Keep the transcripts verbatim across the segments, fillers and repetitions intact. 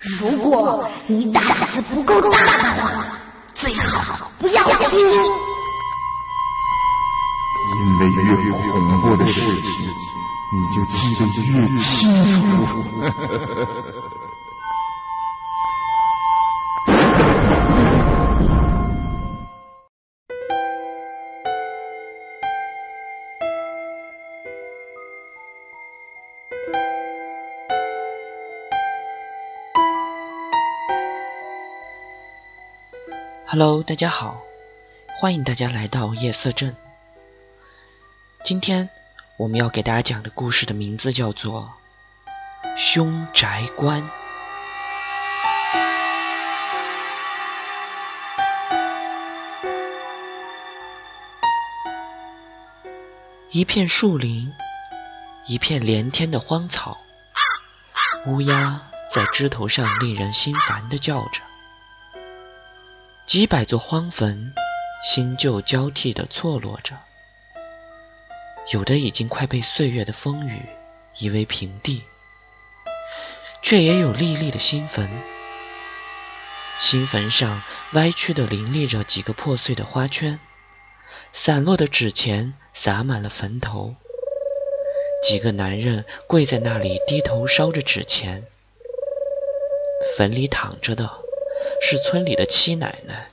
如果你胆子不够大的话，最好不要听。 因为越恐怖的事情，你就记得越清楚。 Hello， 大家好，欢迎大家来到夜色镇。今天我们要给大家讲的故事的名字叫做《凶宅关》。一片树林，一片连天的荒草，乌鸦在枝头上令人心烦地叫着。几百座荒坟，新旧交替地错落着，有的已经快被岁月的风雨夷为平地，却也有历历的新坟。新坟上歪曲地林立着几个破碎的花圈，散落的纸钱洒满了坟头。几个男人跪在那里低头烧着纸钱。坟里躺着的是村里的七奶奶。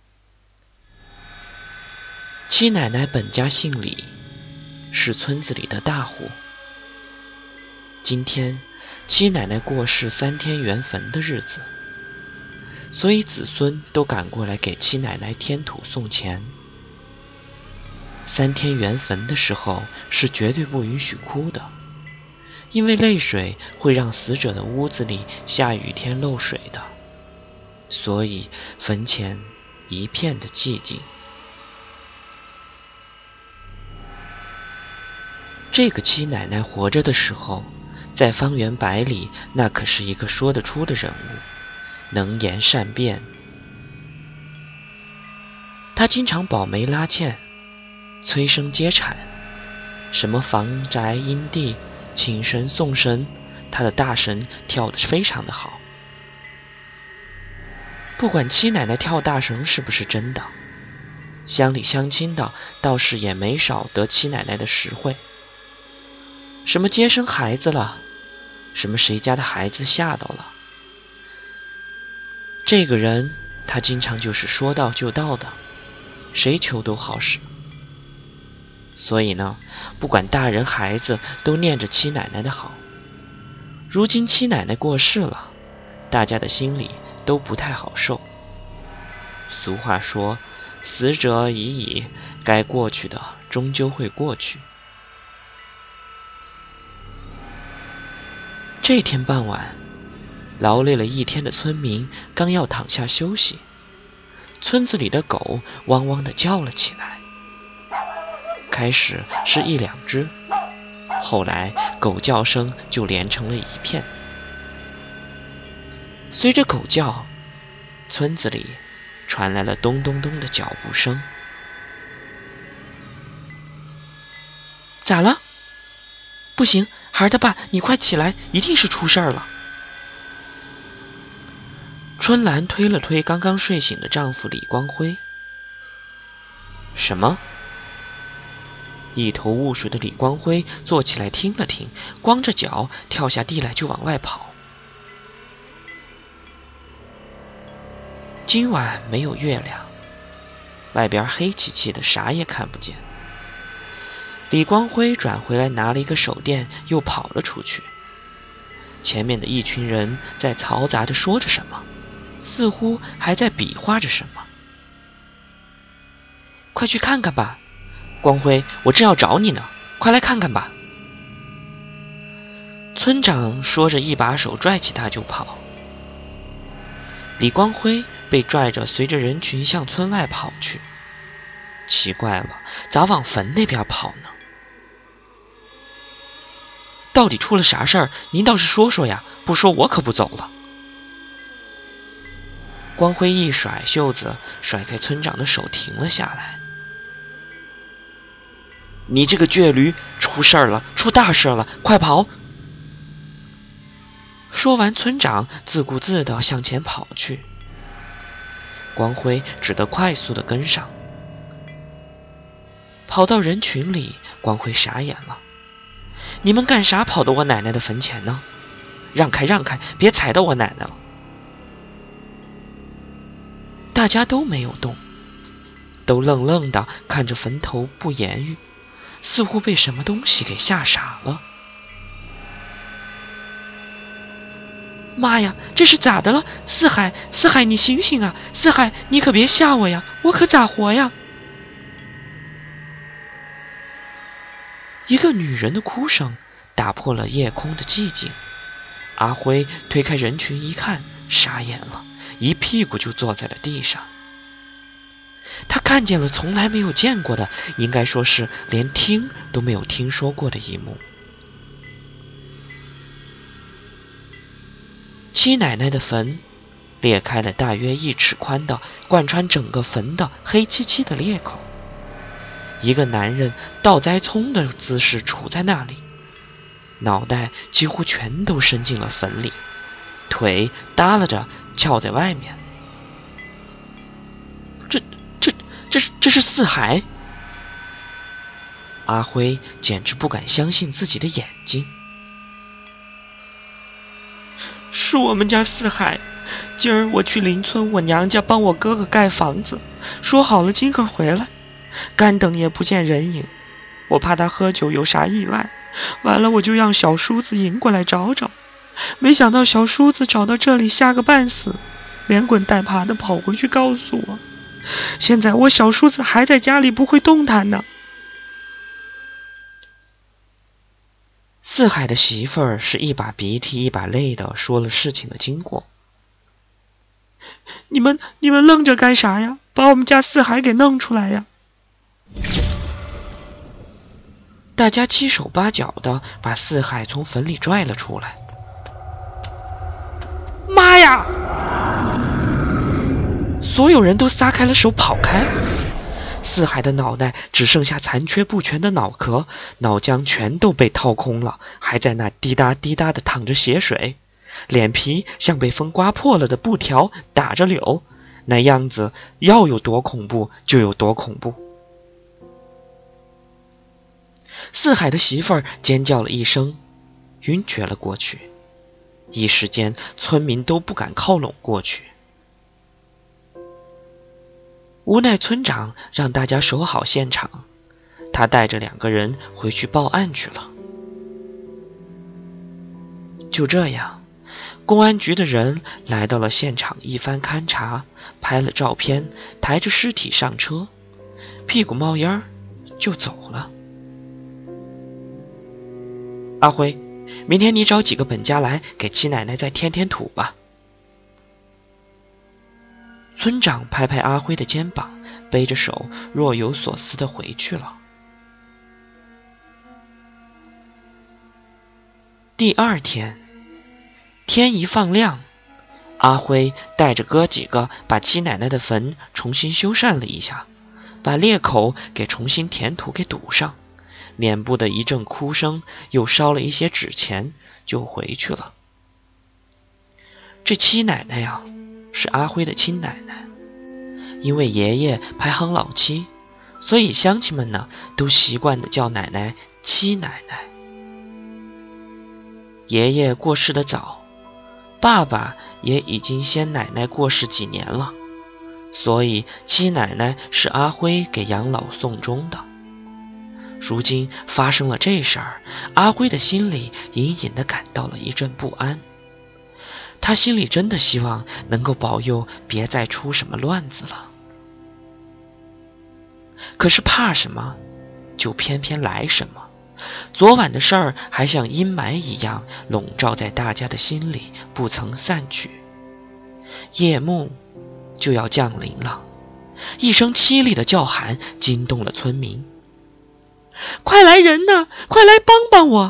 七奶奶本家姓李，是村子里的大户。今天七奶奶过世三天圆坟的日子，所以子孙都赶过来给七奶奶添土送钱。三天圆坟的时候是绝对不允许哭的，因为泪水会让死者的屋子里下雨天漏水的，所以坟前一片的寂静。这个七奶奶活着的时候，在方圆百里那可是一个说得出的人物，能言善辩。她经常保媒拉纤，催生接产，什么房宅阴地，请神送神，她的大神跳得非常的好。不管七奶奶跳大神是不是真的，乡里乡亲的倒是也没少得七奶奶的实惠。什么接生孩子了，什么谁家的孩子吓到了，这个人他经常就是说到就到的，谁求都好使。所以呢，不管大人孩子都念着七奶奶的好。如今七奶奶过世了，大家的心里都不太好受。俗话说，死者已矣，该过去的终究会过去。这天傍晚，劳累了一天的村民刚要躺下休息，村子里的狗汪汪地叫了起来。开始是一两只，后来狗叫声就连成了一片。随着狗叫，村子里传来了咚咚咚的脚步声。咋了？不行，孩儿他爸，你快起来，一定是出事儿了。春兰推了推刚刚睡醒的丈夫李光辉。什么？一头雾水的李光辉坐起来听了听，光着脚跳下地来就往外跑。今晚没有月亮，外边黑漆漆的，啥也看不见。李光辉转回来拿了一个手电，又跑了出去。前面的一群人在嘈杂地说着什么，似乎还在比划着什么。快去看看吧，光辉，我正要找你呢，快来看看吧。村长说着，一把手拽起他就跑。李光辉被拽着随着人群向村外跑去。奇怪了，咋往坟那边跑呢？到底出了啥事儿？您倒是说说呀，不说我可不走了。光辉一甩袖子，甩开村长的手，停了下来。你这个倔驴，出事儿了，出大事了，快跑！ 说完，村长自顾自地向前跑去，光辉只得快速地跟上。跑到人群里，光辉傻眼了：“你们干啥跑到我奶奶的坟前呢？让开让开，别踩到我奶奶了！”大家都没有动，都愣愣地看着坟头不言语，似乎被什么东西给吓傻了。妈呀，这是咋的了？四海，四海，你醒醒啊！四海，你可别吓我呀，我可咋活呀？一个女人的哭声打破了夜空的寂静。阿辉推开人群一看，傻眼了，一屁股就坐在了地上。他看见了从来没有见过的，应该说是连听都没有听说过的一幕。七奶奶的坟裂开了大约一尺宽的贯穿整个坟的黑漆漆的裂口，一个男人倒栽葱的姿势杵在那里，脑袋几乎全都伸进了坟里，腿耷拉着翘在外面。这这这这是四海！阿辉简直不敢相信自己的眼睛。是我们家四海，今儿我去邻村我娘家帮我哥哥盖房子，说好了今个回来，干等也不见人影，我怕他喝酒有啥意外，完了我就让小叔子引过来找找，没想到小叔子找到这里吓个半死，连滚带爬的跑回去告诉我，现在我小叔子还在家里不会动弹呢。四海的媳妇儿是一把鼻涕一把泪的说了事情的经过。你们你们愣着干啥呀？把我们家四海给弄出来呀！大家七手八脚的把四海从坟里拽了出来。妈呀！所有人都撒开了手跑开。四海的脑袋只剩下残缺不全的脑壳，脑浆全都被掏空了，还在那滴答滴答的淌着血水，脸皮像被风刮破了的布条打着柳，那样子要有多恐怖就有多恐怖。四海的媳妇儿尖叫了一声，晕厥了过去，一时间村民都不敢靠拢过去。无奈村长让大家守好现场，他带着两个人回去报案去了。就这样，公安局的人来到了现场，一番勘察，拍了照片，抬着尸体上车，屁股冒烟就走了。阿辉，明天你找几个本家来给七奶奶再添添土吧。村长拍拍阿辉的肩膀，背着手若有所思地回去了。第二天，天一放亮，阿辉带着哥几个把七奶奶的坟重新修缮了一下，把裂口给重新填土给堵上，面部的一阵哭声，又烧了一些纸钱，就回去了。这七奶奶呀，是阿辉的亲奶奶，因为爷爷排行老七，所以乡亲们呢都习惯的叫奶奶七奶奶。爷爷过世的早，爸爸也已经先奶奶过世几年了，所以七奶奶是阿辉给养老送终的。如今发生了这事儿，阿辉的心里隐隐地感到了一阵不安。他心里真的希望能够保佑别再出什么乱子了，可是怕什么就偏偏来什么。昨晚的事儿还像阴霾一样笼罩在大家的心里，不曾散去。夜幕就要降临了，一声凄厉的叫喊惊动了村民：快来人呐，快来帮帮我！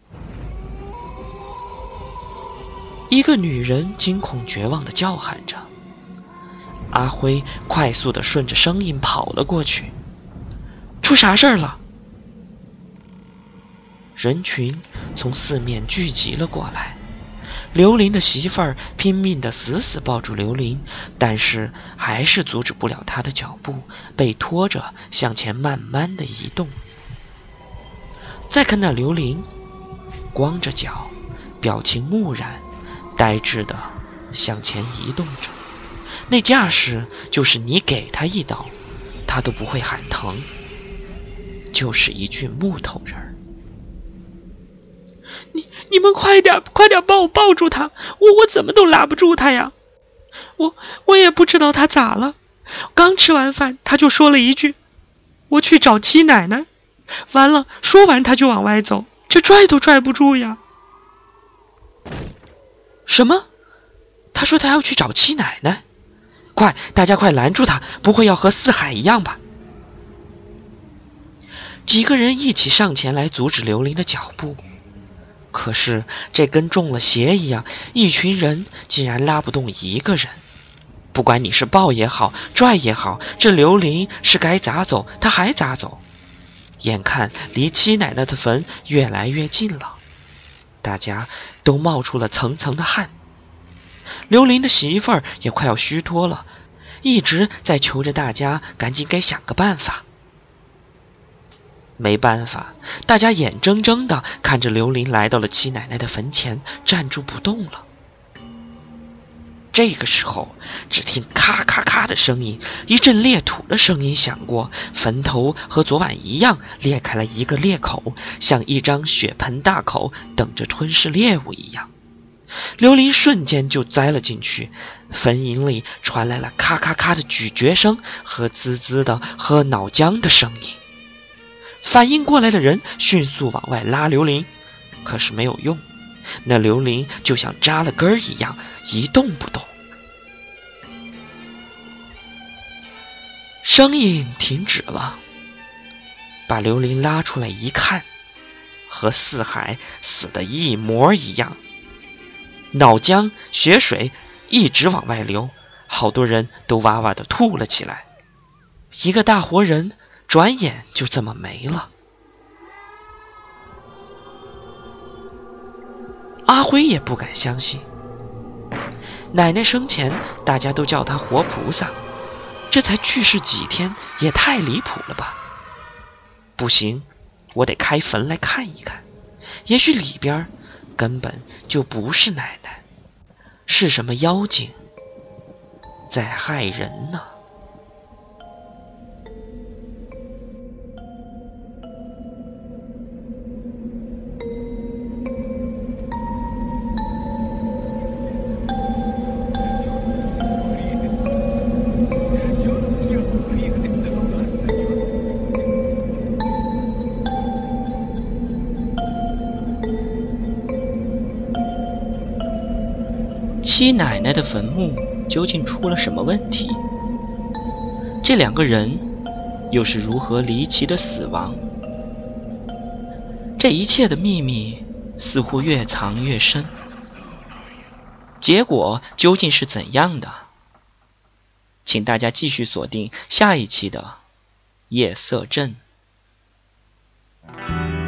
一个女人惊恐绝望地叫喊着。阿辉快速地顺着声音跑了过去。出啥事儿了？人群从四面聚集了过来， 刘玲的媳妇儿拼命地死死抱住刘玲，但是还是阻止不了她的脚步，被拖着向前慢慢地移动。再看那刘玲，光着脚，表情木然，呆滞地向前移动着，那架势就是你给她一刀，她都不会喊疼，就是一具木头人。你你们快点快点帮我抱住他，我我怎么都拉不住他呀！我我也不知道他咋了，刚吃完饭他就说了一句：“我去找七奶奶。”完了，说完他就往外走，这拽都拽不住呀！什么？他说他要去找七奶奶？快，大家快拦住他，不会要和四海一样吧？几个人一起上前来阻止刘玲的脚步。可是这跟中了邪一样，一群人竟然拉不动一个人。不管你是抱也好，拽也好，这刘玲是该咋走他还咋走。眼看离七奶奶的坟越来越近了，大家都冒出了层层的汗。刘玲的媳妇儿也快要虚脱了，一直在求着大家赶紧给想个办法。没办法，大家眼睁睁地看着刘玲来到了七奶奶的坟前，站住不动了。这个时候，只听咔咔咔的声音，一阵裂土的声音响过，坟头和昨晚一样裂开了一个裂口，像一张血盆大口，等着吞噬猎物一样。刘玲瞬间就栽了进去，坟茔里传来了咔咔咔的咀嚼声和滋滋的喝脑浆的声音。反应过来的人迅速往外拉刘玲，可是没有用，那刘玲就像扎了根一样一动不动。声音停止了，把刘玲拉出来一看，和四海死的一模一样，脑浆血水一直往外流，好多人都哇哇地吐了起来。一个大活人转眼就这么没了。阿辉也不敢相信，奶奶生前大家都叫她活菩萨，这才去世几天，也太离谱了吧！不行，我得开坟来看一看，也许里边根本就不是奶奶，是什么妖精在害人呢？七奶奶的坟墓究竟出了什么问题？这两个人又是如何离奇的死亡？这一切的秘密似乎越藏越深，结果究竟是怎样的？请大家继续锁定下一期的夜色镇。